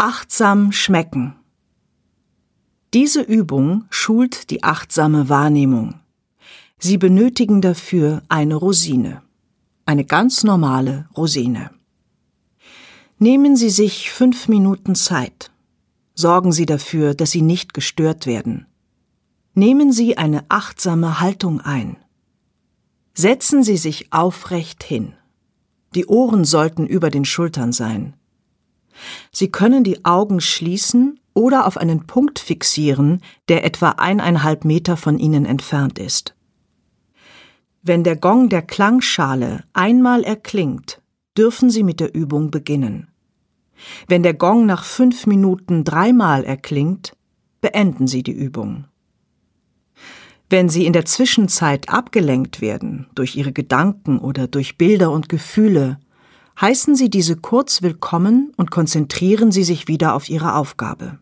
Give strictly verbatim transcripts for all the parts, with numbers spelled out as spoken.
Achtsam schmecken. Diese Übung schult die achtsame Wahrnehmung. Sie benötigen dafür eine Rosine, eine ganz normale Rosine. Nehmen Sie sich fünf Minuten Zeit. Sorgen Sie dafür, dass Sie nicht gestört werden. Nehmen Sie eine achtsame Haltung ein. Setzen Sie sich aufrecht hin. Die Ohren sollten über den Schultern sein. Sie können die Augen schließen oder auf einen Punkt fixieren, der etwa eineinhalb Meter von Ihnen entfernt ist. Wenn der Gong der Klangschale einmal erklingt, dürfen Sie mit der Übung beginnen. Wenn der Gong nach fünf Minuten dreimal erklingt, beenden Sie die Übung. Wenn Sie in der Zwischenzeit abgelenkt werden, durch Ihre Gedanken oder durch Bilder und Gefühle, heißen Sie diese kurz willkommen und konzentrieren Sie sich wieder auf Ihre Aufgabe.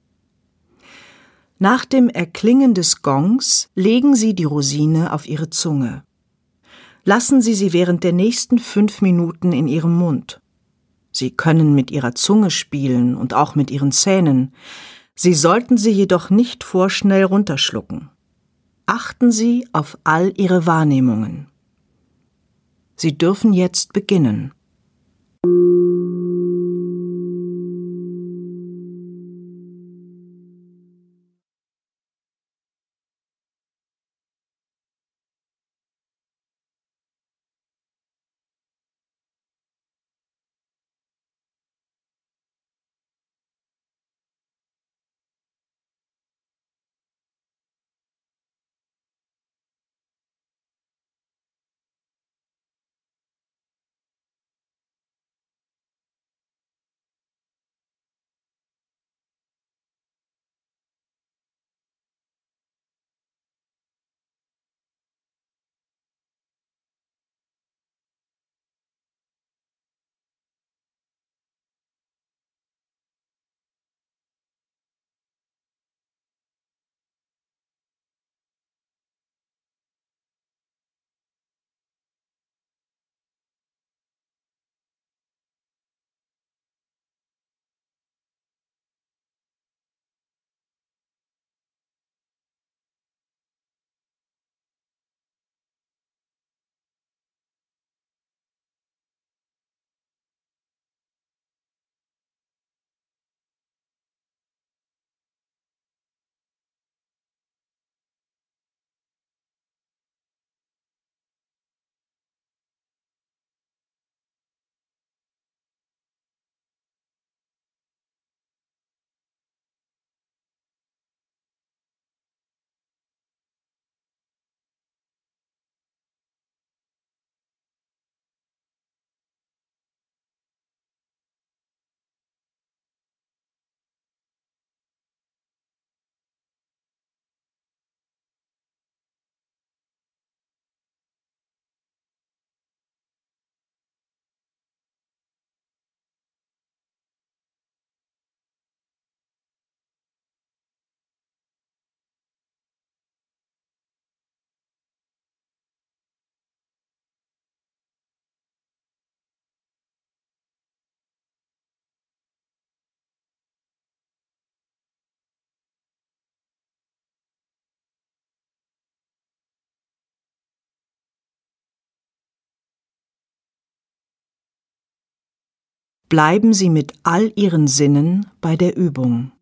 Nach dem Erklingen des Gongs legen Sie die Rosine auf Ihre Zunge. Lassen Sie sie während der nächsten fünf Minuten in Ihrem Mund. Sie können mit Ihrer Zunge spielen und auch mit Ihren Zähnen. Sie sollten sie jedoch nicht vorschnell runterschlucken. Achten Sie auf all Ihre Wahrnehmungen. Sie dürfen jetzt beginnen. Bleiben Sie mit all Ihren Sinnen bei der Übung.